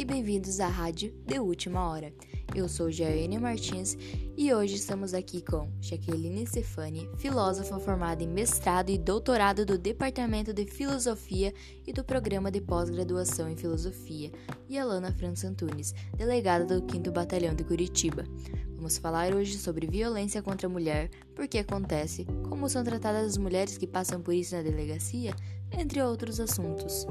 e bem-vindos à Rádio de Última Hora. Eu sou Jaiane Martins e hoje estamos aqui com Jaqueline Stefani, filósofa formada em mestrado e doutorado do Departamento de Filosofia e do Programa de Pós-Graduação em Filosofia, e Alana França Antunes, delegada do 5º Batalhão de Curitiba. Vamos falar hoje sobre violência contra a mulher, por que acontece, como são tratadas as mulheres que passam por isso na delegacia, entre outros assuntos.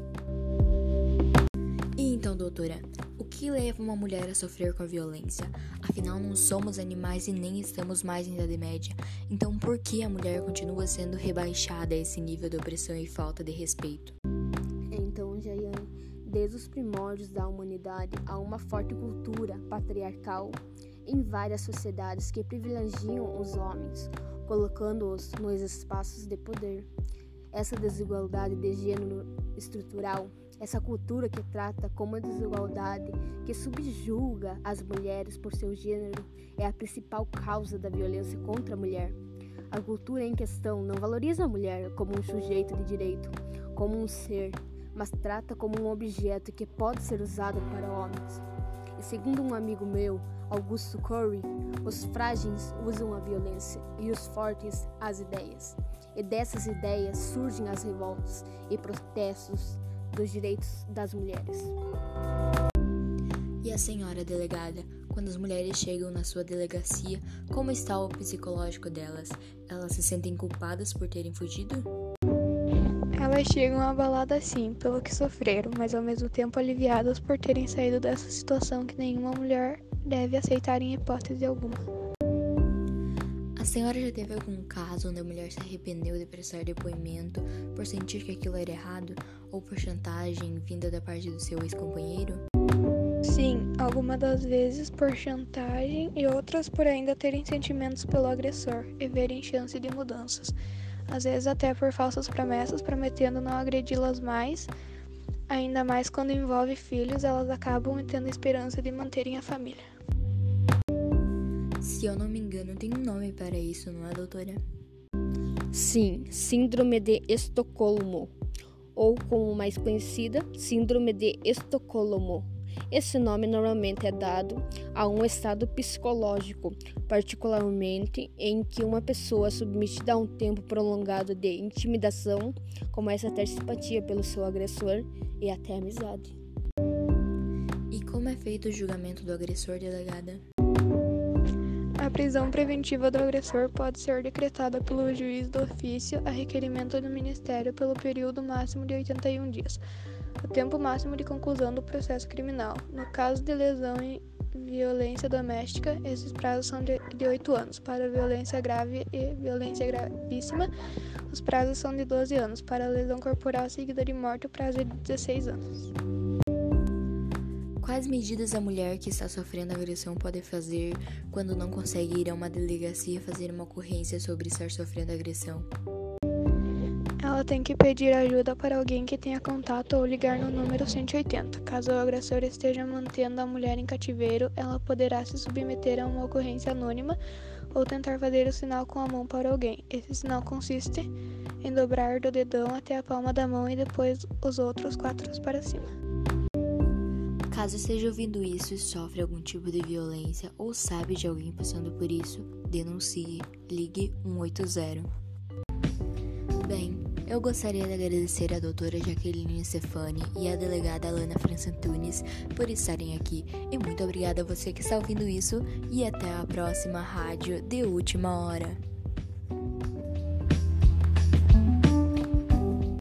E então, doutora, o que leva uma mulher a sofrer com a violência? Afinal, não somos animais e nem estamos mais em Idade Média. Então, por que a mulher continua sendo rebaixada a esse nível de opressão e falta de respeito? Então, Jaiane, desde os primórdios da humanidade, há uma forte cultura patriarcal em várias sociedades que privilegiam os homens, colocando-os nos espaços de poder. Essa desigualdade de gênero estrutural, essa cultura que trata como desigualdade, que subjuga as mulheres por seu gênero, é a principal causa da violência contra a mulher. A cultura em questão não valoriza a mulher como um sujeito de direito, como um ser, mas trata como um objeto que pode ser usado para homens. E segundo um amigo meu, Augusto Curry, os frágeis usam a violência e os fortes as ideias. E dessas ideias surgem as revoltas e protestos dos direitos das mulheres. E a senhora delegada, quando as mulheres chegam na sua delegacia, como está o psicológico delas? Elas se sentem culpadas por terem fugido? Elas chegam abaladas sim, pelo que sofreram, mas ao mesmo tempo aliviadas por terem saído dessa situação que nenhuma mulher deve aceitar em hipótese alguma. A senhora já teve algum caso onde a mulher se arrependeu de prestar depoimento por sentir que aquilo era errado ou por chantagem vinda da parte do seu ex-companheiro? Sim, algumas das vezes por chantagem e outras por ainda terem sentimentos pelo agressor e verem chance de mudanças. Às vezes até por falsas promessas, prometendo não agredi-las mais. Ainda mais quando envolve filhos, elas acabam tendo esperança de manterem a família. Se eu não me engano, tem um nome para isso, não é, doutora? Sim, Síndrome de Estocolmo, ou como mais conhecida, Síndrome de Estocolmo. Esse nome normalmente é dado a um estado psicológico, particularmente em que uma pessoa submetida a um tempo prolongado de intimidação começa a ter simpatia pelo seu agressor e até amizade. E como é feito o julgamento do agressor, delegada? A prisão preventiva do agressor pode ser decretada pelo juiz do ofício a requerimento do Ministério pelo período máximo de 81 dias, o tempo máximo de conclusão do processo criminal. No caso de lesão e violência doméstica, esses prazos são de 8 anos. Para violência grave e violência gravíssima, os prazos são de 12 anos. Para lesão corporal seguida de morte, o prazo é de 16 anos. Quais medidas a mulher que está sofrendo agressão pode fazer quando não consegue ir a uma delegacia fazer uma ocorrência sobre estar sofrendo agressão? Ela tem que pedir ajuda para alguém que tenha contato ou ligar no número 180. Caso o agressor esteja mantendo a mulher em cativeiro, ela poderá se submeter a uma ocorrência anônima ou tentar fazer o sinal com a mão para alguém. Esse sinal consiste em dobrar do dedão até a palma da mão e depois os outros 4 para cima. Caso esteja ouvindo isso e sofre algum tipo de violência ou sabe de alguém passando por isso, denuncie, ligue 180. Bem, eu gostaria de agradecer a doutora Jaqueline Stefani e a delegada Alana França Antunes por estarem aqui. E muito obrigada a você que está ouvindo isso e até a próxima Rádio de Última Hora.